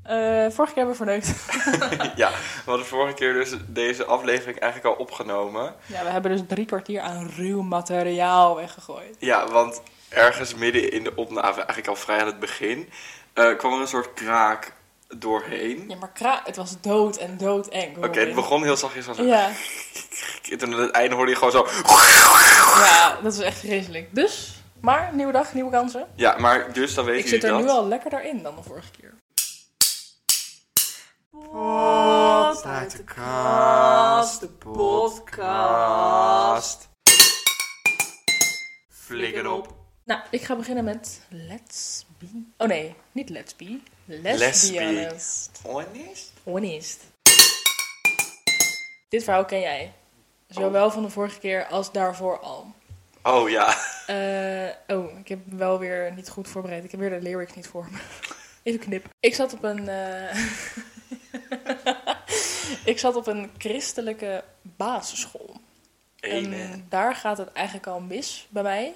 Vorige keer hebben we verneukt. Ja, we hadden vorige keer dus deze aflevering eigenlijk al opgenomen. Ja, we hebben dus 3 kwartier aan ruw materiaal weggegooid. Ja, want ergens midden in de opname, eigenlijk al vrij aan het begin, kwam er een soort kraak doorheen. Ja, maar het was dood en doodeng. Oké, het begon heel zachtjes van zo. Ja. En toen aan het einde hoorde je gewoon zo. Ja, dat is echt vreselijk. Dus, maar nieuwe dag, nieuwe kansen. Ja, maar dus dan weten Ik zit jullie er dat. nu al lekkerder in dan de vorige keer. Pot uit de kast, de podcast. Flikker op. Nou, ik ga beginnen met Let's Be... Oh nee, niet Let's Be. Let's Let's Be be Honest. Honest? Dit verhaal ken jij. Zowel van de vorige keer als daarvoor al. Oh ja. Ik heb wel weer niet goed voorbereid. Ik heb weer de lyrics niet voor me. Even knip. Ik zat op een... ik zat op een christelijke basisschool. En daar gaat het eigenlijk al mis bij mij.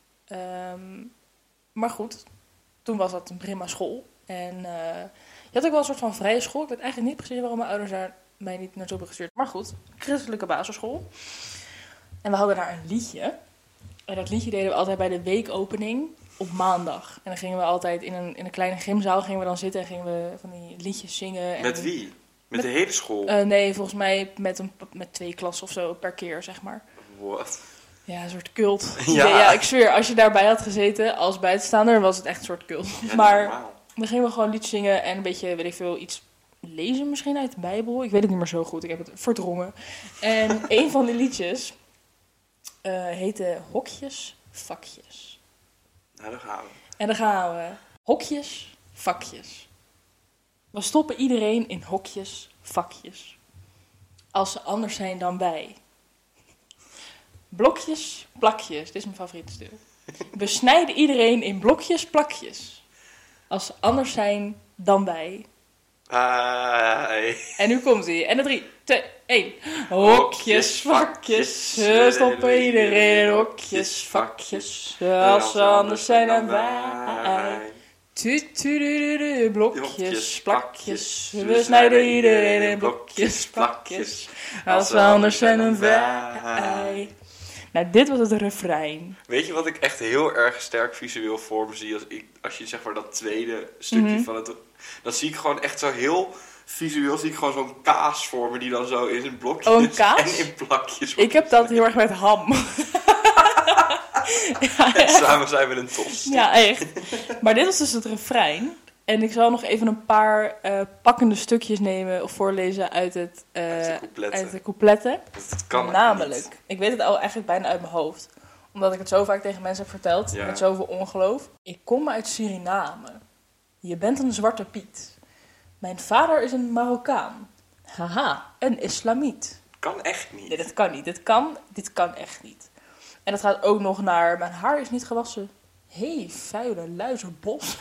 Maar goed, toen was dat een prima school. En je had ook wel een soort van vrije school. Ik weet eigenlijk niet precies waarom mijn ouders daar mij niet naartoe hebben gestuurd. Maar goed, christelijke basisschool. En we hadden daar een liedje. En dat liedje deden we altijd bij de weekopening op maandag. En dan gingen we altijd in een kleine gymzaal gingen we dan zitten en gingen we van die liedjes zingen. En Met wie? Met de hele school? Nee, volgens mij met 2 klassen of zo per keer, zeg maar. What? Ja, een soort cult. Ja. Ja, ik zweer, als je daarbij had gezeten als buitenstaander, was het echt een soort cult. Ja, maar normaal. dan gingen we gewoon liedjes zingen en een beetje, weet ik veel, iets lezen misschien uit de Bijbel. Ik weet het niet meer zo goed, ik heb het verdrongen. En een van die liedjes heette Hokjes, Vakjes. Nou, daar gaan we. En dan gaan we. Hokjes, vakjes. We stoppen iedereen in hokjes, vakjes. Als ze anders zijn dan wij. Blokjes, plakjes. Dit is mijn favoriete stuk. We snijden iedereen in blokjes, plakjes. Als ze anders zijn dan wij. Bye. En nu komt hij. En de 3, 2, 1. Hokjes, vakjes. We stoppen iedereen in hokjes, vakjes. Als ze anders zijn dan wij. Blokjes, plakjes. We snijden iedereen in blokjes, plakjes. Als ze anders zijn dan wij. Nou, dit was het refrein. Weet je wat ik echt heel erg sterk visueel voor me zie als je zeg maar dat tweede stukje van het... Dan zie ik gewoon echt zo heel visueel zie ik gewoon zo'n kaas voor me die dan zo in zijn blokjes een kaas? en in plakjes. Ik heb dat heel erg met ham. Ja, en samen zijn we een tos. Ja, echt. Maar dit was dus het refrein. En ik zal nog even een paar pakkende stukjes nemen of voorlezen uit de coupletten. Dat kan namelijk, ik weet het al eigenlijk bijna uit mijn hoofd. Omdat ik het zo vaak tegen mensen heb verteld. Ja. Met zoveel ongeloof. Ik kom uit Suriname. Je bent een zwarte Piet. Mijn vader is een Marokkaan. Haha, een islamiet. Kan echt niet. Nee, dat kan niet. Dit kan echt niet. En het gaat ook nog naar, mijn haar is niet gewassen. Vuile luizerbos.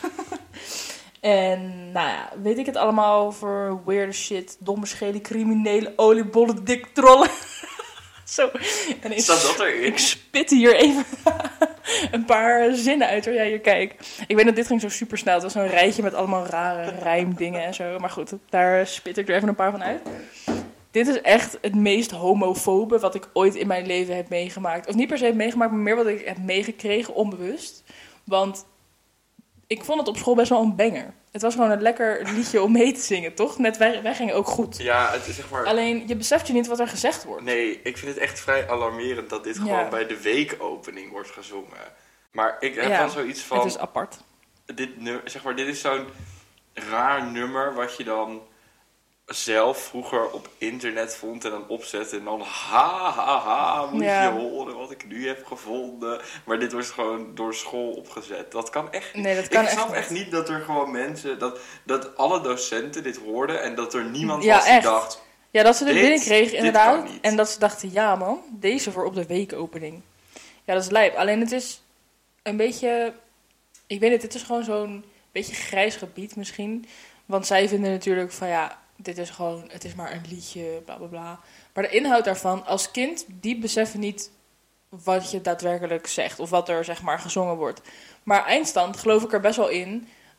En, nou ja, weet ik het allemaal voor weird shit, domme schelen, criminelen, oliebollen, dik trollen. Zo. En staat dat erin? Ik spit hier even een paar zinnen uit hoor. Ja, hier kijk. Ik weet dat dit ging zo super snel. Het was zo'n rijtje met allemaal rare rijmdingen en zo. Maar goed, daar spit ik er even een paar van uit. Dit is echt het meest homofobe wat ik ooit in mijn leven heb meegemaakt. Of niet per se heb meegemaakt, maar meer wat ik heb meegekregen onbewust. Want ik vond het op school best wel een banger. Het was gewoon een lekker liedje om mee te zingen, toch? Net wij gingen ook goed. Ja, het is zeg maar... Alleen, je beseft je niet wat er gezegd wordt. Nee, ik vind het echt vrij alarmerend dat dit gewoon bij de weekopening wordt gezongen. Maar ik heb dan zoiets van... Het is apart. Dit is zo'n raar nummer wat je dan zelf vroeger op internet vond en dan opzette en dan moet je horen wat ik nu heb gevonden. Maar dit wordt gewoon door school opgezet. Dat kan echt niet. Nee, dat kan ik snap echt niet dat er gewoon mensen, dat alle docenten dit hoorden en dat er niemand was die dacht... Ja, dat ze dit binnenkregen inderdaad. En dat ze dachten, ja man, deze voor op de weekopening. Ja, dat is lijp. Alleen het is een beetje, ik weet niet, het is gewoon zo'n beetje grijs gebied misschien. Want zij vinden natuurlijk van ja, dit is gewoon, het is maar een liedje, bla bla bla. Maar de inhoud daarvan, als kind, die beseffen niet wat je daadwerkelijk zegt. Of wat er zeg maar gezongen wordt. Maar eindstand geloof ik er best wel in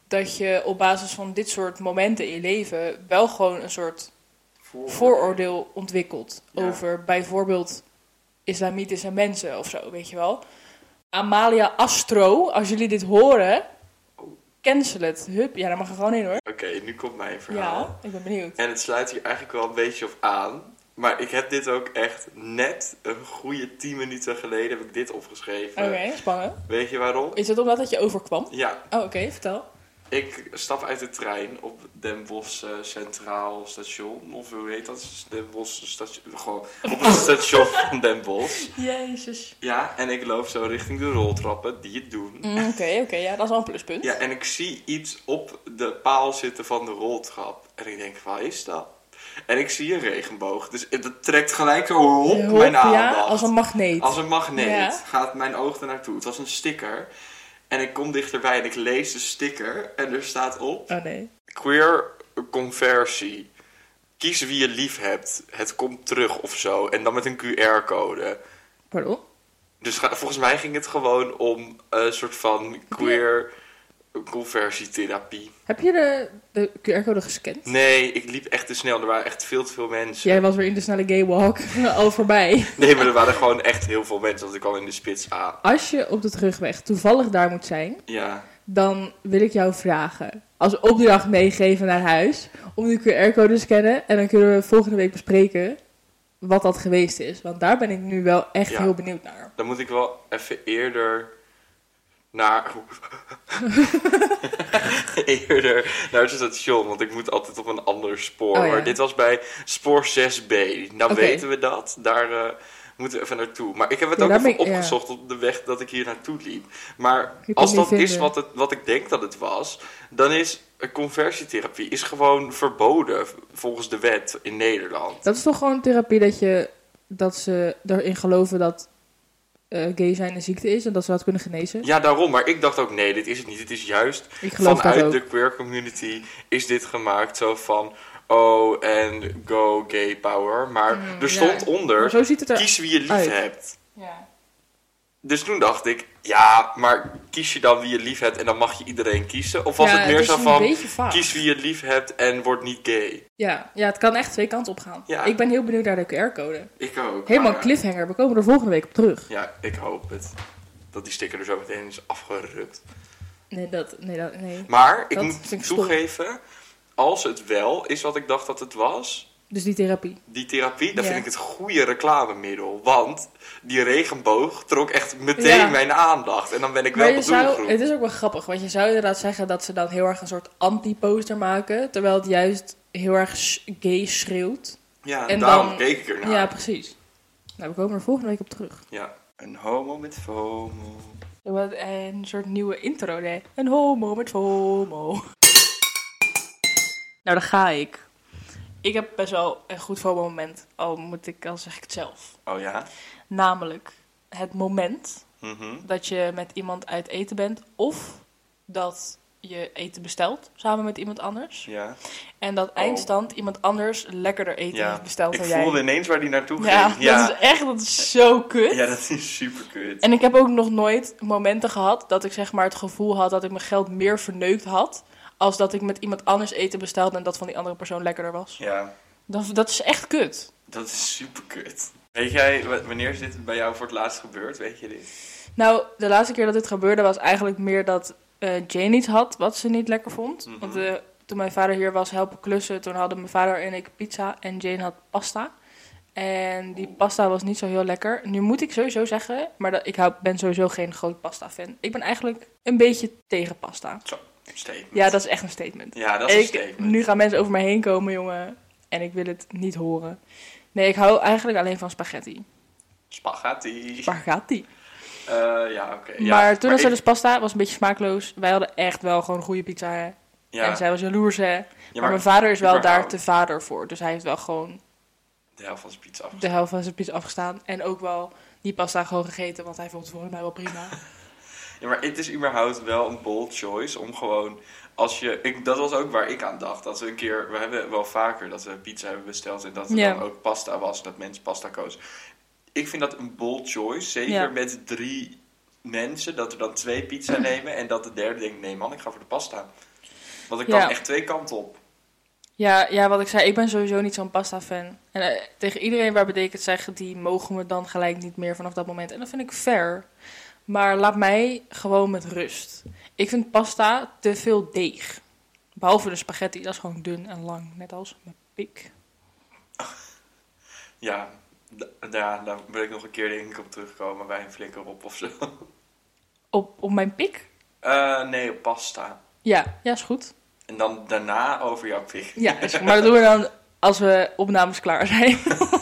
dat je op basis van dit soort momenten in je leven wel gewoon een soort vooroordeel ontwikkelt over bijvoorbeeld islamitische mensen of zo, weet je wel. Amalia Astro, als jullie dit horen, cancel het. Hup, ja, daar mag je gewoon in hoor. Oké, nu komt mijn verhaal. Ja, ik ben benieuwd. En het sluit hier eigenlijk wel een beetje op aan. Maar ik heb dit ook echt net een goede 10 minuten geleden heb ik dit opgeschreven. Oké, spannend. Weet je waarom? Is het omdat het je overkwam? Ja. Oh, oké, vertel. Ik stap uit de trein op Den Bosch Centraal Station. Of hoe heet dat? Den Bosch Station. Gewoon op het station van Den Bosch. Jezus. Ja, en ik loop zo richting de roltrappen die het doen. Oké, ja, dat is wel een pluspunt. Ja, en ik zie iets op de paal zitten van de roltrap. En ik denk, wat is dat? En ik zie een regenboog. Dus dat trekt gelijk zo op mijn aandacht. Ja, als een magneet. Als een magneet Ja. gaat mijn oog er naartoe. Het was een sticker. En ik kom dichterbij en ik lees de sticker. En er staat op... Oh nee. Queer conversie. Kies wie je lief hebt. Het komt terug of zo. En dan met een QR-code. Pardon? Dus volgens mij ging het gewoon om een soort van queer conversietherapie. Heb je de QR-code gescand? Nee, ik liep echt te snel. Er waren echt veel te veel mensen. Jij was weer in de snelle gay walk al voorbij. Nee, maar er waren gewoon echt heel veel mensen. Want ik kwam in de spits aan. Als je op de terugweg toevallig daar moet zijn, Ja. dan wil ik jou vragen, als opdracht meegeven naar huis, om die QR-code te scannen. En dan kunnen we volgende week bespreken wat dat geweest is. Want daar ben ik nu wel echt heel benieuwd naar. Dan moet ik wel even eerder naar het station, want ik moet altijd op een ander spoor. Oh, ja. Maar dit was bij spoor 6B. Nou Oké. weten we dat. Daar moeten we even naartoe. Maar ik heb het Ja, ook daar even ben ik- opgezocht op de weg dat ik hier naartoe liep. Maar Je kon als niet dat is vinden. wat ik denk dat het was, dan is conversietherapie is gewoon verboden volgens de wet in Nederland. Dat is toch gewoon therapie dat ze erin geloven dat gay zijn een ziekte is en dat ze dat kunnen genezen? Ja, daarom. Maar ik dacht ook, nee, dit is het niet. Het is juist Ik geloof dat vanuit ook. de queer community is dit gemaakt zo van... Oh, en go gay power. Maar er stond Maar onder, zo ziet het er kies wie je lief uit. hebt. Ja. Dus toen dacht ik, ja, maar kies je dan wie je lief hebt en dan mag je iedereen kiezen? Of was Ja, het meer is zo een van, beetje vaag. kies wie je lief hebt en word niet gay? Ja, het kan echt twee kanten op gaan. Ja. Ik ben heel benieuwd naar de QR-code. Ik ook. Helemaal maar, cliffhanger, we komen er volgende week op terug. Ja, ik hoop het. Dat die sticker er zo meteen is afgerukt. Nee. Maar ik Dat moet vind ik stom. toegeven, als het wel is wat ik dacht dat het was... Dus die therapie. Die therapie, dat Ja. vind ik het goede reclamemiddel. Want die regenboog trok echt meteen Ja. mijn aandacht. En dan ben ik wel Maar de doelgroep. het is ook wel grappig, want je zou inderdaad zeggen dat ze dan heel erg een soort anti-poster maken, terwijl het juist heel erg gay schreeuwt. Ja, en daarom dan- keek ik ernaar. Ja, precies. Nou, we komen er volgende week op terug. Ja. Een homo met FOMO. Een soort nieuwe intro, nee. Een homo met FOMO. Nou, daar ga ik. Ik heb best wel een goed FOMO-moment, al zeg ik het zelf. Oh ja? Namelijk het moment Mhm. dat je met iemand uit eten bent, of dat je eten bestelt samen met iemand anders. Ja. En dat eindstand iemand anders lekkerder eten heeft Ja. besteld Ik dan jij. voelde ineens waar die naartoe Ja, ging. Ja. dat is zo kut. Ja, dat is super kut. En ik heb ook nog nooit momenten gehad dat ik zeg maar het gevoel had dat ik mijn geld meer verneukt had, als dat ik met iemand anders eten bestelde en dat van die andere persoon lekkerder was. Ja, Dat is echt kut. dat is super kut. Weet jij, wanneer is dit bij jou voor het laatst gebeurd? Weet je dit? Nou, de laatste keer dat dit gebeurde was eigenlijk meer dat Jane iets had wat ze niet lekker vond. Mhm. Want toen mijn vader hier was helpen klussen, toen hadden mijn vader en ik pizza en Jane had pasta. En die pasta was niet zo heel lekker. Nu moet ik sowieso zeggen, maar ben sowieso geen groot pasta-fan. Ik ben eigenlijk een beetje tegen pasta. Zo, statement. Ja, dat is echt een statement. Ja, dat is een statement. Nu gaan mensen over mij heen komen, jongen. En ik wil het niet horen. Nee, ik hou eigenlijk alleen van spaghetti. Spaghetti. Spaghetti. Ja, oké. Ja, Maar toen had ze ik- dus pasta, was een beetje smaakloos. Wij hadden echt wel gewoon goede pizza, hè. Ja, En zij was jaloers, hè. ja, Maar mijn vader is wel daar überhaupt te vader voor. Dus hij heeft wel gewoon de helft van zijn pizza af. de helft van zijn pizza afgestaan. En ook wel die pasta gewoon gegeten, want hij vond het volgens mij wel prima. Ja, maar het is überhaupt wel een bold choice om gewoon... dat was ook waar ik aan dacht. Dat we een keer... We hebben wel vaker dat we pizza hebben besteld en dat er Ja. dan ook pasta was. Dat mensen pasta kozen. Ik vind dat een bold choice. Zeker Ja. met 3 mensen. Dat er dan 2 pizza nemen en dat de derde denkt... Nee man, ik ga voor de pasta. Want ik kan echt twee kanten op. Ja, wat ik zei, ik ben sowieso niet zo'n pasta-fan. En tegen iedereen waarbij ik het zeg, die mogen me dan gelijk niet meer vanaf dat moment. En dat vind ik fair. Maar laat mij gewoon met rust. Ik vind pasta te veel deeg. Behalve de spaghetti, dat is gewoon dun en lang. Net als mijn pik. Ja, daar wil ik nog een keer denk ik op terugkomen bij een flikker op of zo. Op mijn pik? Nee, op pasta. Ja, is goed. En dan daarna over jouw pik. Ja, maar dat doen we dan als we opnames klaar zijn.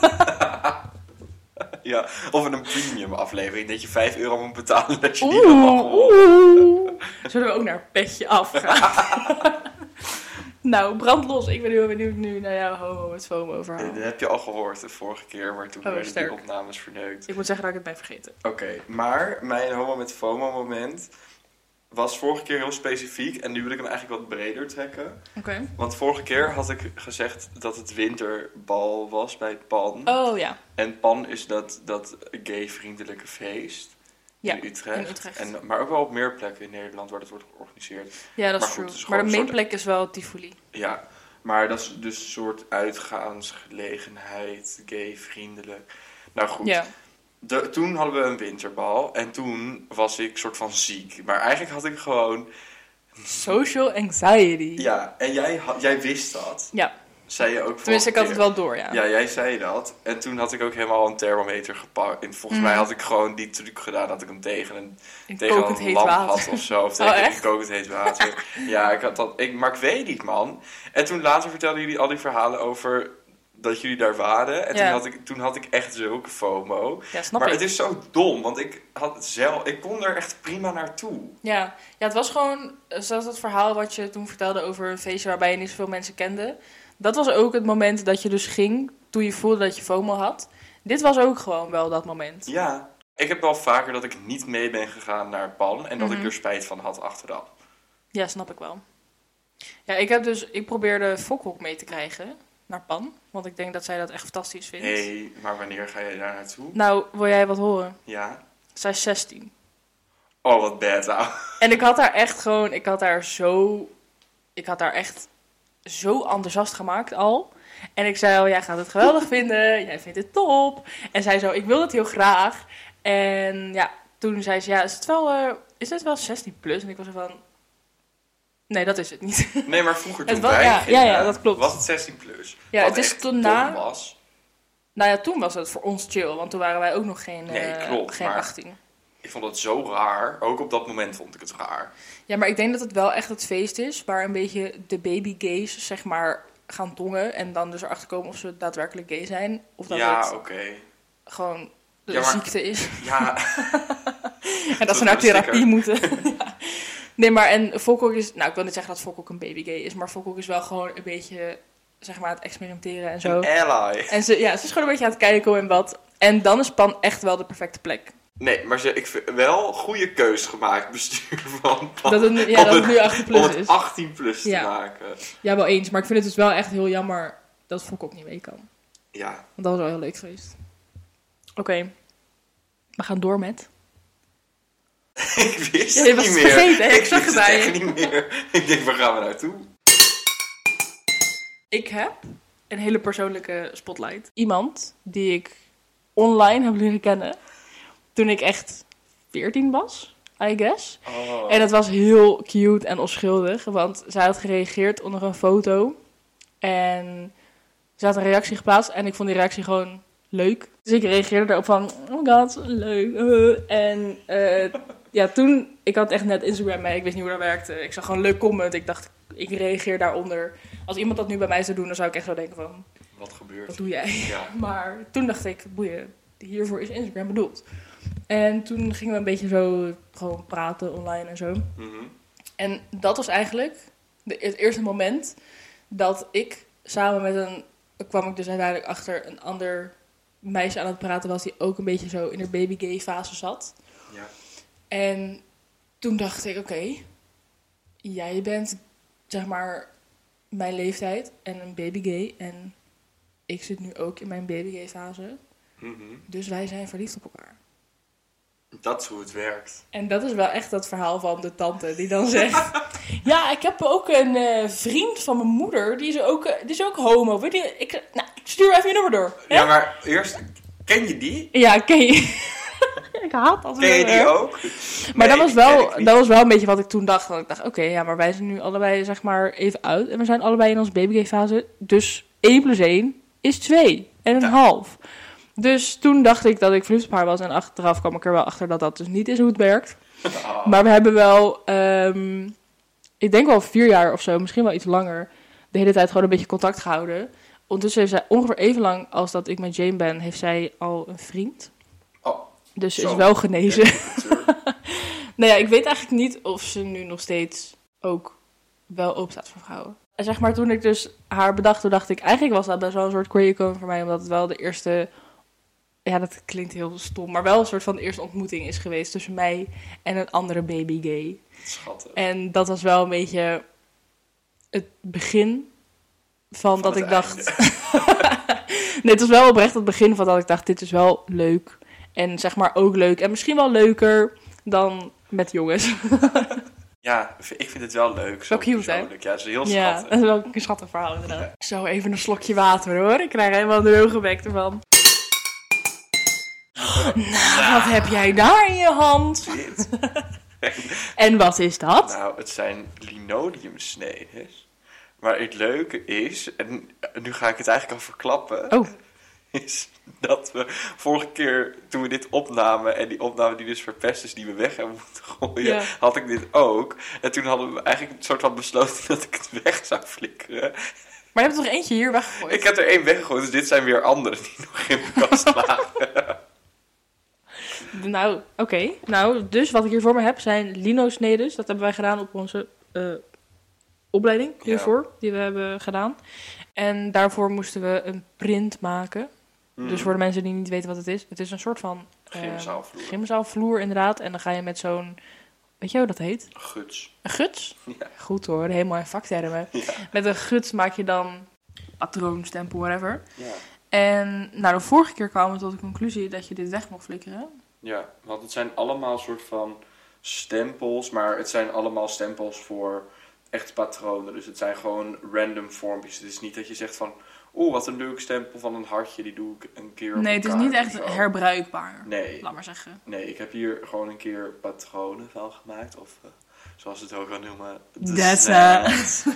Ja, of in een premium aflevering. Dat je €5 moet betalen dat je die dan mag horen. Zullen we ook naar Petje Af gaan? Nou, brand los. Ik ben heel benieuwd nu naar jouw homo met FOMO verhaal. Dat heb je al gehoord de vorige keer, maar toen werden die opnames verneukt. Ik moet zeggen dat ik het ben vergeten. Oké, maar mijn homo met FOMO moment was vorige keer heel specifiek. En nu wil ik hem eigenlijk wat breder trekken. Oké. Want vorige keer had ik gezegd dat het winterbal was bij Pan. Oh ja. En Pan is dat gay-vriendelijke feest. In Utrecht. Maar ook wel op meer plekken in Nederland waar dat wordt georganiseerd. Ja, dat is true. Maar de mainplek is wel Tivoli. Ja, maar dat is dus een soort uitgaansgelegenheid, gay-vriendelijk. Nou goed, ja. Toen hadden we een winterbal en toen was ik soort van ziek. Maar eigenlijk had ik gewoon... Social anxiety. Ja, en jij wist dat. Ja. Zei je ook. Tenminste, ik had het wel door, ja. Ja, jij zei dat. En toen had ik ook helemaal een thermometer gepakt. En volgens mij had ik gewoon die truc gedaan dat ik hem tegen een lamp had of zo. Of tegen een kokend heet water. Ja, ik had dat. Maar ik weet niet, man. En toen later vertelden jullie al die verhalen over dat jullie daar waren. En toen had ik echt zulke FOMO. Ja, snap maar ik. het is zo dom, want ik kon er echt prima naartoe. Ja, het was gewoon, zoals dat verhaal wat je toen vertelde over een feestje waarbij je niet zoveel mensen kende. Dat was ook het moment dat je dus ging, toen je voelde dat je FOMO had. Dit was ook gewoon wel dat moment. Ja, ik heb wel vaker dat ik niet mee ben gegaan naar Pan en dat ik er spijt van had achteraf. Ja, snap ik wel. Ja, ik probeerde Fokhok mee te krijgen naar Pan, want ik denk dat zij dat echt fantastisch vindt. Hé, maar wanneer ga jij daar naartoe? Nou, wil jij wat horen? Ja. Zij is 16. Oh, wat bad nou. En ik had haar echt zo enthousiast gemaakt al. En ik zei al, jij gaat het geweldig vinden. Jij vindt het top. En zij zo, ik wil het heel graag. En ja, toen zei ze, ja, is het wel 16 plus? En ik was er van, nee, dat is het niet. Nee, maar vroeger toen ja, dat klopt. Was het 16 plus? Ja, wat het is echt toen was. Nou ja, toen was het voor ons chill. Want toen waren wij ook nog geen 18. Ik vond het zo raar. Ook op dat moment vond ik het raar. Ja, maar ik denk dat het wel echt het feest is waar een beetje de baby gays, zeg maar, gaan tongen. En dan dus erachter komen of ze daadwerkelijk gay zijn. Of dat het gewoon de ziekte is. Ja. En dat ze naar therapie moeten. Ja. Nee, maar en Fokhok is... Nou, ik wil niet zeggen dat Fokhok een baby gay is. Maar Fokhok is wel gewoon een beetje, zeg maar, het experimenteren en zo. Een ally. En ze is gewoon een beetje aan het kijken hoe en wat. En dan is Pan echt wel de perfecte plek. Nee, maar ik vind wel goede keus gemaakt, bestuur van Pan. Dat het nu 18 plus is. Om het 18 plus te maken. Ja, wel eens. Maar ik vind het dus wel echt heel jammer dat Fokhok niet mee kan. Ja. Want dat was wel heel leuk geweest. Oké. We gaan door met... Ik wist het niet meer. Vergeten, ik zag het echt niet meer. Ik denk, waar gaan we naartoe? Ik heb een hele persoonlijke spotlight. Iemand die ik online heb leren kennen toen ik echt 14 was, I guess. Oh. En het was heel cute en onschuldig, want zij had gereageerd onder een foto. En ze had een reactie geplaatst en ik vond die reactie gewoon leuk. Dus ik reageerde erop van, oh my god, leuk. En ja, toen, ik had echt net Instagram mee, ik wist niet hoe dat werkte. Ik zag gewoon een leuk comment, ik dacht, ik reageer daaronder. Als iemand dat nu bij mij zou doen, dan zou ik echt zo denken van, wat gebeurt? Wat doe jij? Ja. Maar toen dacht ik, boeien, hiervoor is Instagram bedoeld. En toen gingen we een beetje zo gewoon praten online en zo. Mm-hmm. En dat was eigenlijk het eerste moment dat ik samen met kwam ik dus uiteindelijk achter een ander meisje aan het praten was die ook een beetje zo in de baby gay fase zat. Ja. En toen dacht ik, oké, jij bent zeg maar mijn leeftijd en een baby gay en ik zit nu ook in mijn baby gay fase. Mm-hmm. Dus wij zijn verliefd op elkaar. Dat is hoe het werkt. En dat is wel echt dat verhaal van de tante die dan zegt... Ja, ik heb ook een vriend van mijn moeder. Die is ook homo. Weet je, ik stuur even je nummer door. Hè? Ja, maar eerst, ken je die? Ja, ken je. Ik haat dat. Ken je die ook? Maar Nee, dat was wel een beetje wat ik toen dacht. Want ik dacht, oké, ja, maar wij zijn nu allebei zeg maar even uit. En we zijn allebei in onze babygay fase. Dus 1 + 1 is 2,5. Dus toen dacht ik dat ik verliefd op haar was. En achteraf kwam ik er wel achter dat dat dus niet is hoe het werkt. Oh. Maar we hebben wel, ik denk wel 4 jaar of zo, misschien wel iets langer, de hele tijd gewoon een beetje contact gehouden. Ondertussen heeft zij ongeveer even lang als dat ik met Jane ben, heeft zij al een vriend. Oh, Dus ze zo. is wel genezen. Ja, natuurlijk. Nou ja, ik weet eigenlijk niet of ze nu nog steeds ook wel open staat voor vrouwen. En zeg maar, toen ik dus haar bedacht, toen dacht ik, eigenlijk was dat best wel een soort queer voor mij, omdat het wel de eerste, ja, dat klinkt heel stom, maar wel een soort van de eerste ontmoeting is geweest tussen mij en een andere baby gay. Schattig. En dat was wel een beetje het begin van dat het ik dacht... Nee, het was wel oprecht het begin van dat ik dacht, dit is wel leuk. En zeg maar ook leuk. En misschien wel leuker dan met jongens. Ja, ik vind het wel leuk. Zo Wel cute, hè? persoonlijk. Ja, het is heel Ja, schattig. dat is wel een schattig verhaal inderdaad. Zo, even een slokje water hoor. Ik krijg helemaal een droge bek ervan. Nou, wat heb jij daar in je hand? Dit. En wat is dat? Nou, het zijn linoleumsneden. Maar het leuke is, en nu ga ik het eigenlijk al verklappen, Oh, is dat we vorige keer, toen we dit opnamen, en die opname die dus verpest is, die we weg hebben moeten gooien, Ja. had ik dit ook. En toen hadden we eigenlijk een soort van besloten dat ik het weg zou flikkeren. maar je hebt er toch eentje hier weggegooid? Ik heb er 1 weggegooid, dus dit zijn weer andere die nog in mijn kast lagen. Nou, oké. Nou, dus wat ik hier voor me heb zijn lino-snedes. Dat hebben wij gedaan op onze opleiding hiervoor, die we hebben gedaan. En daarvoor moesten we een print maken. Dus voor de mensen die niet weten wat het is een soort van Gymzaalvloer. gymzaalvloer inderdaad. En dan ga je met zo'n, weet je hoe dat heet? Guts. Een guts? Ja. Goed hoor, helemaal in vaktermen. Ja. Met een guts maak je dan patroon, stempel, whatever. Ja. En nou, de vorige keer kwamen we tot de conclusie dat je dit weg mocht flikkeren. Ja, want het zijn allemaal soort van stempels, maar het zijn allemaal stempels voor echte patronen. Dus het zijn gewoon random vormpjes. Het is niet dat je zegt van, oeh, wat een leuk stempel van een hartje, die doe ik een keer op Nee, een het is niet kaart echt of zo. herbruikbaar. Nee, Laat maar zeggen. nee, ik heb hier gewoon een keer patronen van gemaakt. Of zoals ze het ook al noemen, de That's snaps.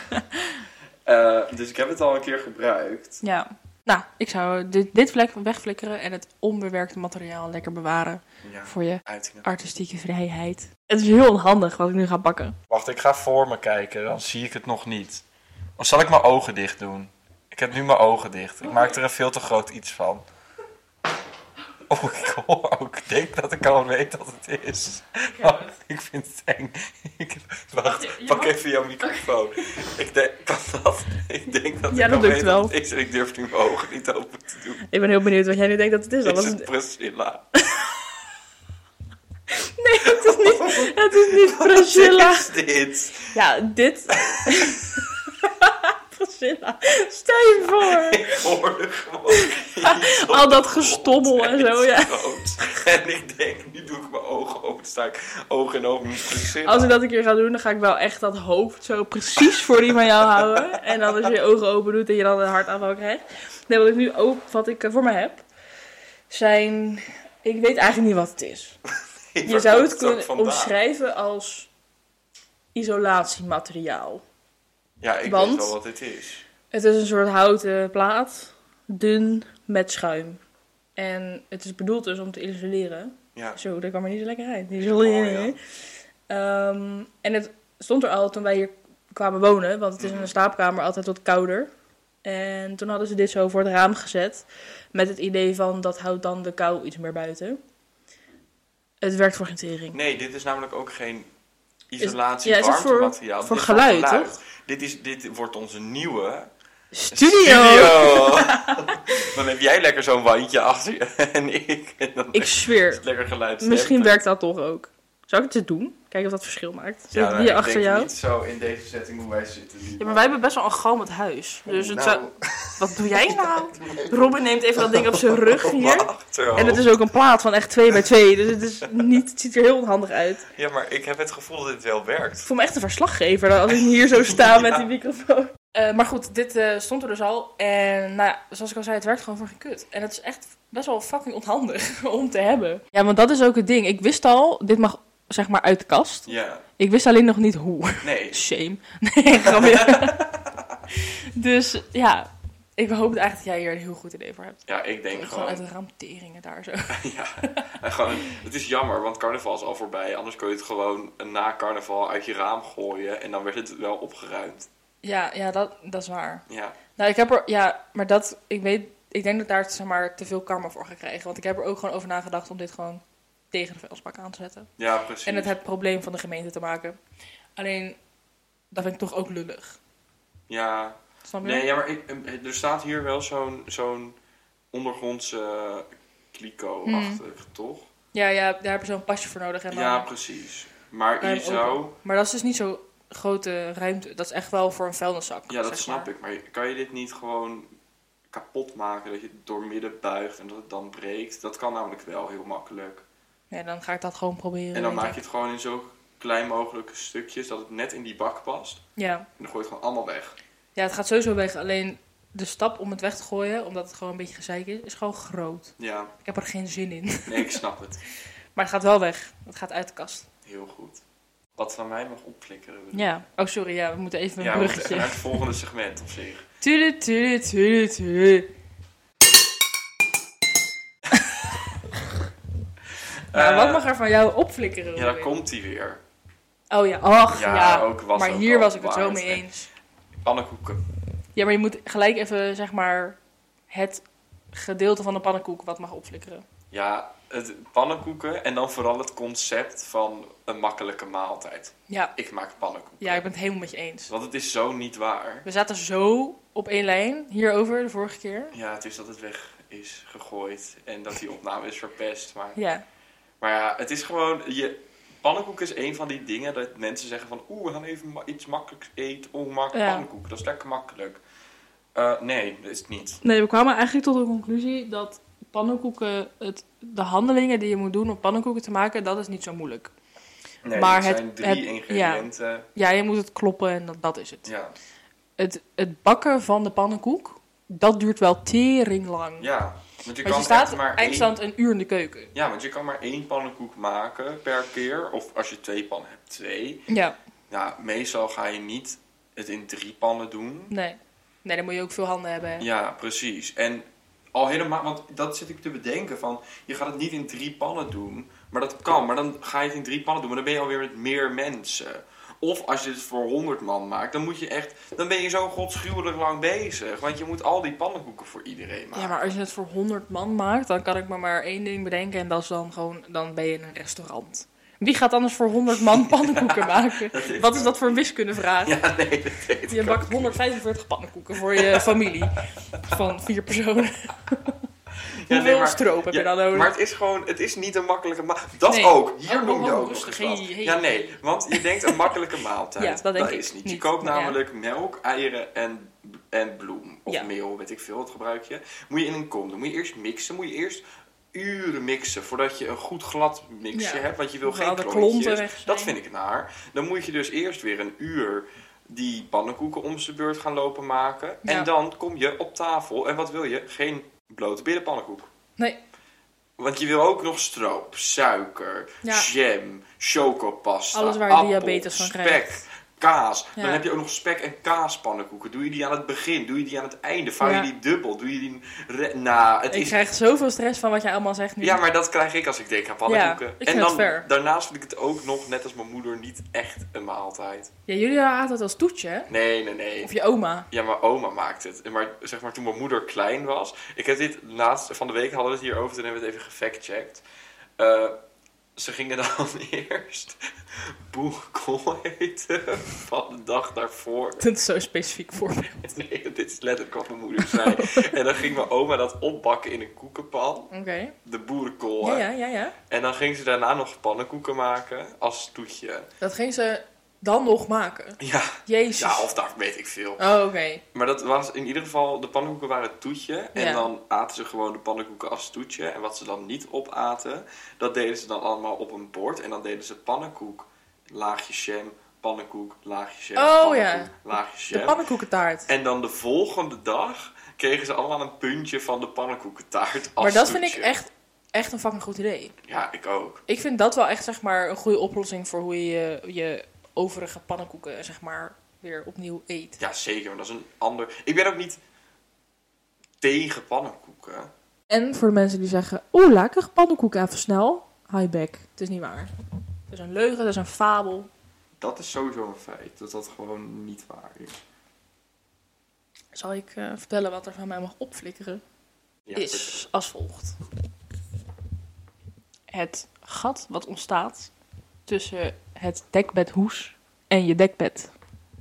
Dus ik heb het al een keer gebruikt. Ja. Nou, ik zou dit vlek wegflikkeren en het onbewerkte materiaal lekker bewaren Ja, voor je uitingen. artistieke vrijheid. Het is heel onhandig wat ik nu ga pakken. Wacht, ik ga voor me kijken, dan zie ik het nog niet. Of zal ik mijn ogen dicht doen? Ik heb nu mijn ogen dicht. Ik maak er een veel te groot iets van. Oh, ik hoor ook. Ik denk dat ik al weet wat het is. Wacht, ik vind het eng. Wacht, pak even jouw microfoon. Ik denk, kan dat? Ik denk dat Ja, ik dat al lukt weet wel. wat het is en ik durf nu mijn ogen niet open te doen. Ik ben heel benieuwd wat jij nu denkt dat het is. Dat Is was het Priscilla? Nee, het is niet Priscilla. Wat is dit? Ja, dit... Priscilla. Stel je voor. Ik hoorde gewoon Al dat gestommel en zo, ja. groot. En ik denk, nu doe ik mijn ogen open. Sta ik oog in oog met Priscilla. Als ik dat een keer ga doen, dan ga ik wel echt dat hoofd zo precies voor die van jou houden. En dan als je je ogen open doet en je dan een hartaanval krijgt. Nee, wat ik voor me heb, zijn... Ik weet eigenlijk niet wat het is. Je zou het kunnen omschrijven als isolatiemateriaal. Ja, ik Want- weet wel wat dit is. Het is een soort houten plaat, dun, met schuim. En het is bedoeld dus om te isoleren. Ja. Zo, dat kwam er niet zo lekker uit. Isoleren. Oh, En het stond er al toen wij hier kwamen wonen, want het is in de slaapkamer altijd wat kouder. En toen hadden ze dit zo voor het raam gezet, met het idee van dat houdt dan de kou iets meer buiten. Het werkt voor geen tering. Nee, dit is namelijk ook geen Ja, is het isolatie-warmtemateriaal. voor Dit is geluid, toch? Dit wordt onze nieuwe Studio! Dan heb jij lekker zo'n wandje achter je en ik. En dan Ik is zweer, het lekker geluid. misschien werkt dat toch ook. Zou ik het eens doen? Kijken of dat verschil maakt. Zit Ja, hier ik achter denk jou? niet zo in deze setting hoe wij zitten. Ja, maar wij hebben best wel een galmend huis. Dus het zou... Wat doe jij nou? Robin neemt even dat ding op zijn rug hier. Achterhoofd. En het is ook een plaat van echt 2 bij 2. Dus het ziet er heel handig uit. Ja, maar ik heb het gevoel dat dit wel werkt. Ik voel me echt een verslaggever als ik hier zo sta met die microfoon. Maar goed, dit stond er dus al. En nou ja, zoals ik al zei, het werkt gewoon voor geen kut. En het is echt best wel fucking onhandig om te hebben. Ja, want dat is ook het ding. Ik wist al, dit mag zeg maar uit de kast. Ja. Ik wist alleen nog niet hoe. Nee. Shame. Nee, grapje. Dus ja, ik hoop eigenlijk dat jij hier een heel goed idee voor hebt. Ja, ik denk Gewoon uit de raamteringen daar zo. Ja, en gewoon, het is jammer, want carnaval is al voorbij. Anders kun je het gewoon na carnaval uit je raam gooien en dan werd het wel opgeruimd. Ja, dat is waar. Ja. Nou, maar ik denk dat daar zeg maar te veel karma voor ga krijgen. Want ik heb er ook gewoon over nagedacht om dit gewoon tegen de vuilnisbak aan te zetten. Ja, precies. En het probleem van de gemeente te maken. Alleen, dat vind ik toch ook lullig. Ja. Snap je? Nee, ja, maar er staat hier wel zo'n ondergrondse kliko-achtig, toch? Ja, daar heb je zo'n pasje voor nodig. En dan Ja, precies. Maar ruim je zou... open. Maar dat is dus niet zo grote ruimte. Dat is echt wel voor een vuilniszak. Ja, dat zeg snap maar. ik. Maar kan je dit niet gewoon kapot maken? Dat je het door midden buigt en dat het dan breekt? Dat kan namelijk wel heel makkelijk. Ja, dan ga ik dat gewoon proberen. En dan denk maak je het gewoon in zo klein mogelijke stukjes dat het net in die bak past. Ja. En dan gooi je het gewoon allemaal weg. Ja, het gaat sowieso weg. Alleen de stap om het weg te gooien, omdat het gewoon een beetje gezeik is gewoon groot. Ja, Ik heb er geen zin in. nee, ik snap het. Maar het gaat wel weg. Het gaat uit de kast. Heel goed. Wat van mij mag opflikkeren. bedoel. Ja. Oh, sorry. Ja, we moeten even een Ja, we moeten bruggetje. even naar het volgende segment op zich. Tudu. Nou, wat mag er van jou opflikkeren? Ja, dan Robin? komt hij weer. Oh ja, ach Ja, ja. ook was Maar ook hier al was ik het zo waard. mee eens. Pannenkoeken. Ja, maar je moet gelijk even, zeg maar, het gedeelte van de pannenkoek wat mag opflikkeren. Ja, het pannenkoeken en dan vooral het concept van een makkelijke maaltijd. Ja. Ik maak pannenkoeken. Ja, ik ben het helemaal met je eens. Want het is zo niet waar. We zaten zo op één lijn hierover de vorige keer. Ja, het is dat het weg is gegooid en dat die opname is verpest. Ja. Maar ja, het is gewoon... Pannenkoeken is een van die dingen dat mensen zeggen van... we gaan even iets makkelijks eten. Maak Ja. pannenkoeken. Dat is lekker makkelijk. Nee, dat is het niet. Nee, we kwamen eigenlijk tot de conclusie dat pannenkoeken, de handelingen die je moet doen om pannenkoeken te maken, dat is niet zo moeilijk. Nee, Maar het zijn 3 ingrediënten. Ja, je moet het kloppen en dat is het. Ja. Het bakken van de pannenkoek, dat duurt wel tering lang. Ja. Want je Want kan je staat echt maar eindstand een uur in de keuken. Ja, want je kan maar 1 pannenkoek maken per keer. Of als je 2 pannen hebt, 2. Ja, Ja, meestal ga je niet het in 3 pannen doen. nee. Nee, dan moet je ook veel handen hebben. Hè? Ja, precies. En al helemaal, want dat zit ik te bedenken van, je gaat het niet in 3 pannen doen, maar dat kan. Maar dan ga je het in 3 pannen doen, maar dan ben je alweer met meer mensen. Of als je het voor 100 man maakt, dan ben je zo godschuwelijk lang bezig. Want je moet al die pannenkoeken voor iedereen maken. Ja, maar als je het voor 100 man maakt, dan kan ik me maar één ding bedenken. En dat is dan gewoon, dan ben je in een restaurant. Wie gaat anders voor 100 man pannenkoeken maken? Wat is dat voor een wiskundevraag? Ja, nee, dat weet ik Je ook bakt niet. 145 pannenkoeken voor je familie van 4 personen. Ja, Hoeveel stroop heb je dan nodig? Maar het is gewoon, het is niet een makkelijke maaltijd. Dat Nee. ook. Hier Oh, noem je oh, ook nog rustig. eens wat. Hey. Ja, nee. Want je denkt een makkelijke maaltijd. Ja, dat denk ik is niet. Je niet. koopt Maar ja. namelijk melk, eieren en bloem. Of Ja. meel, weet ik veel. Wat gebruik je. Moet je in een kom doen. Moet je eerst mixen. Moet je eerst uren mixen voordat je een goed glad mixje Ja. hebt. Want je wil Hoewel geen de klonten klontjes. weg zijn. Dat vind ik naar. Dan moet je dus eerst weer een uur die pannenkoeken om zijn beurt gaan lopen maken. Ja. En dan kom je op tafel. En wat wil je? Geen blote billenpannenkoek. Nee, Want je wil ook nog stroop, suiker, Ja. jam, chocopasta, Alles waar je appel, diabetes van spek, krijgt. kaas. Ja. Dan heb je ook nog spek- en kaaspannenkoeken. Doe je die aan het begin? Doe je die aan het einde? Vouw Ja. je die dubbel? Doe je die... Nou, het ik is... krijg zoveel stress van wat jij allemaal zegt nu. Ja, maar dat krijg ik als ik denk aan pannenkoeken. Ja, ik en vind dan, het fair. daarnaast vind ik het ook nog, net als mijn moeder, niet echt een maaltijd. Ja, jullie aten het als toetje, hè? Nee. Of je oma. Ja, mijn oma maakt het. Maar zeg maar toen mijn moeder klein was. Ik heb dit laatst van de week hadden we het hierover. Toen hebben we het even gefactcheckt. Ze gingen dan eerst boerenkool eten van de dag daarvoor. Dat is zo'n specifiek voorbeeld. Nee, dit is letterlijk wat mijn moeder zei. En dan ging mijn oma dat opbakken in een koekenpan. Oké. De boerenkool. hè. Ja. En dan ging ze daarna nog pannenkoeken maken als toetje. Dat ging ze dan nog maken. Ja. Jezus. Ja, of daar weet ik veel. Oh, oké. Maar dat was in ieder geval, de pannenkoeken waren het toetje. En Ja. dan aten ze gewoon de pannenkoeken als toetje. En wat ze dan niet opaten, dat deden ze dan allemaal op een bord. En dan deden ze pannenkoek, laagje jam, pannenkoek, laagje jam, Oh, pannenkoek, ja. laagje De jam. pannenkoekentaart. En dan de volgende dag kregen ze allemaal een puntje van de pannenkoekentaart als Maar dat vind toetje. ik echt een fucking goed idee. Ja, ik ook. Ik vind dat wel echt, zeg maar, een goede oplossing voor hoe je overige pannenkoeken, zeg maar, weer opnieuw eet. Ja, zeker. Maar dat is een ander... Ik ben ook niet tegen pannenkoeken. En voor de mensen die zeggen, oeh, lekker pannenkoek even snel. High back. Het is niet waar. Het is een leugen, het is een fabel. Dat is sowieso een feit. Dat dat gewoon niet waar is. Zal ik vertellen wat er van mij mag opflikkeren? Ja, Is als volgt. Het gat wat ontstaat tussen het dekbedhoes en je dekbed.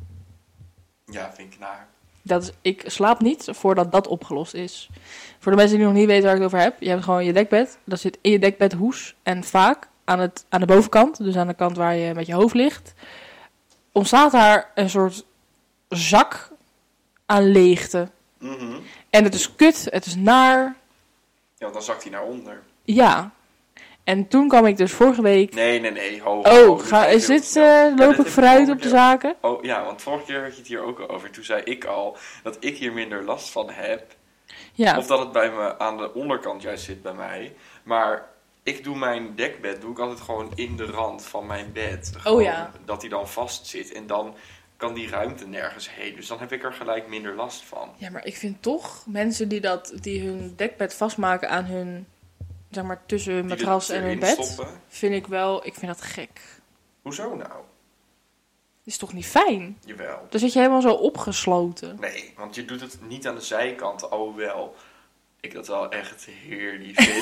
ja, vind ik naar. Ik slaap niet voordat dat opgelost is. Voor de mensen die nog niet weten waar ik het over heb. Je hebt gewoon je dekbed. Dat zit in je dekbedhoes. En vaak aan de bovenkant, dus aan de kant waar je met je hoofd ligt, ontstaat daar een soort zak aan leegte. Mhm. En het is kut, het is naar. Ja, want dan zakt hij naar onder. Ja. En toen kwam ik dus vorige week... Nee. Ho, Oh, is dit... loop ik vooruit op de zaken? Oh, ja, want vorige keer had je het hier ook over. Toen zei ik al dat ik hier minder last van heb. Ja. Of dat het bij me aan de onderkant juist zit bij mij. Maar ik doe mijn dekbed doe ik altijd gewoon in de rand van mijn bed. Gewoon ja. Dat hij dan vast zit. En dan kan die ruimte nergens heen. Dus dan heb ik er gelijk minder last van. Ja, maar ik vind toch mensen die hun dekbed vastmaken aan hun, zeg maar, tussen hun Die matras er- en hun erin bed, stoppen. ik vind dat gek. Hoezo nou? Is toch niet fijn? Jawel. Dan zit je helemaal zo opgesloten. Nee, want je doet het niet aan de zijkant. Alhoewel ik dat wel echt heerlijk vind.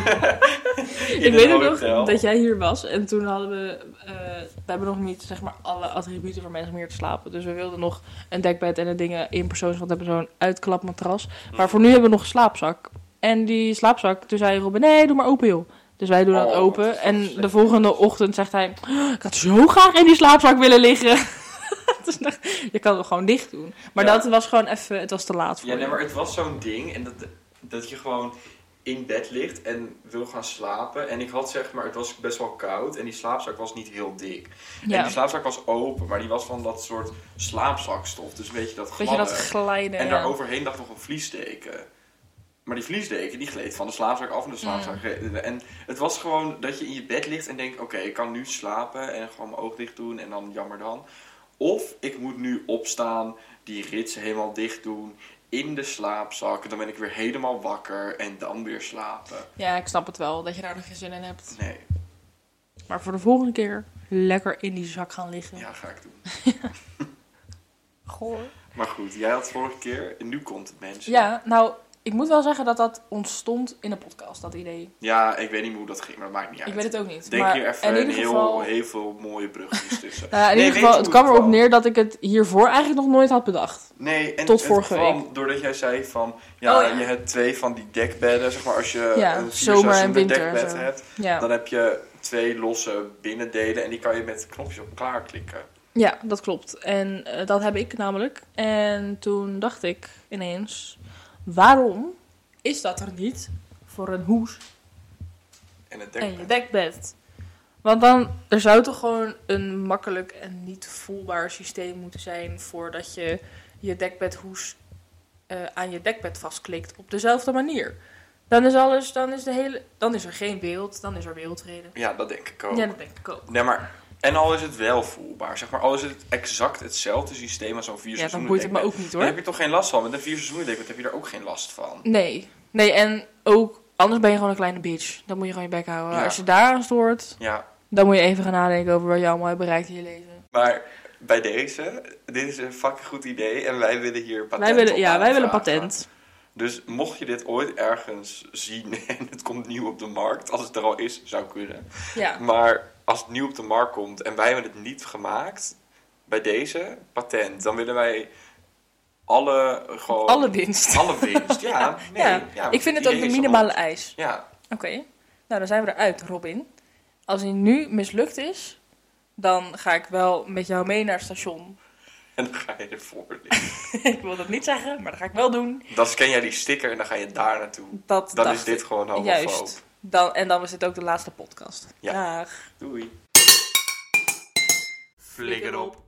Ik weet ook nog dat jij hier was en toen hadden we hebben nog niet, zeg maar, alle attributen voor mensen om hier te slapen. Dus we wilden nog een dekbed en een dingen in persoons, want we hebben zo'n uitklapmatras. Maar voor nu hebben we nog een slaapzak. En die slaapzak, toen zei Robin, nee, doe maar open joh. Dus wij doen dat Oh, open. wat is dat En slecht. de volgende ochtend zegt hij, ik had zo graag in die slaapzak willen liggen. Dus je kan het gewoon dicht doen. Maar Ja. dat was gewoon even, het was te laat voor Ja, nee, je. maar het was zo'n ding. En dat je gewoon in bed ligt en wil gaan slapen. En ik had zeg maar, het was best wel koud. En die slaapzak was niet heel dik. Ja. En die slaapzak was open. Maar die was van dat soort slaapzakstof. Dus weet je dat Weet je gladde. dat glijden? En ja. daaroverheen lag nog een vliesdeken. Maar die vliesdeken die gleed van de slaapzak af en de slaapzak reed. En het was gewoon dat je in je bed ligt en denkt, oké, ik kan nu slapen en gewoon mijn oog dicht doen en dan jammer dan. Of ik moet nu opstaan, die rits helemaal dicht doen, in de slaapzak. Dan ben ik weer helemaal wakker en dan weer slapen. Ja, ik snap het wel, dat je daar nog geen zin in hebt. Nee, Maar voor de volgende keer lekker in die zak gaan liggen. ja, ga ik doen. Goor. Maar goed, jij had vorige keer en nu komt het, mensen. Ja, nou, ik moet wel zeggen dat dat ontstond in een podcast, dat idee. Ja, ik weet niet meer hoe dat ging, maar dat maakt niet uit. Ik weet het ook niet. Denk maar hier in even ieder heel, geval, heel veel mooie bruggetjes tussen. in ieder weet geval, je het hoe kwam erop kwam? neer dat ik het hiervoor eigenlijk nog nooit had bedacht. Nee, en Tot het vorige kwam doordat jij zei van, je hebt 2 van die dekbedden, zeg maar, als je Ja, een zomer en 4-seizoenen winter dekbed zo. hebt, Ja. dan heb je 2 losse binnendelen en die kan je met knopjes op elkaar klikken. Ja, dat klopt. En dat heb ik namelijk. En toen dacht ik ineens, waarom is dat er niet voor een hoes En het en je dekbed. dekbed? Want dan, er zou toch gewoon een makkelijk en niet voelbaar systeem moeten zijn voordat je je dekbedhoes aan je dekbed vastklikt op dezelfde manier. Dan is alles, dan is er geen beeld, dan is er wereldvrede. Ja, dat denk ik ook. Ja, dat denk ik ook. Nee, maar, en al is het wel voelbaar, zeg maar, al is het exact hetzelfde systeem als zo'n 4 Ja, seizoenen dan boeit het me dekbed, ook niet dan hoor. heb je toch geen last van. Met een 4 seizoenen dekbed heb je er ook geen last van. Nee, en ook, anders ben je gewoon een kleine bitch. Dan moet je gewoon je bek houden. Ja. Als je daaraan stoort, Ja, dan moet je even gaan nadenken over wat je allemaal hebt bereikt in je leven. maar bij deze, dit is een fucking goed idee en wij willen hier patent Wij willen, op wij willen aanvragen. patent. Dus mocht je dit ooit ergens zien en het komt nieuw op de markt, als het er al is, zou kunnen. Ja. Maar als het nieuw op de markt komt en wij hebben het niet gemaakt, bij deze patent, dan willen wij Alle winst. Alle winst, ja. Nee, Ja, ja, ik vind het ook idee de is minimale al- eis. Ja, Oké. Nou, dan zijn we eruit, Robin. Als hij nu mislukt is, dan ga ik wel met jou mee naar het station. En dan ga je ervoor liggen. Ik wil dat niet zeggen, maar dat ga ik wel doen. Dan scan jij die sticker en dan ga je daar naartoe. Dan is dit gewoon homofoob. Juist. En dan was dit ook de laatste podcast. Ja. Dag. Doei. Flikker op.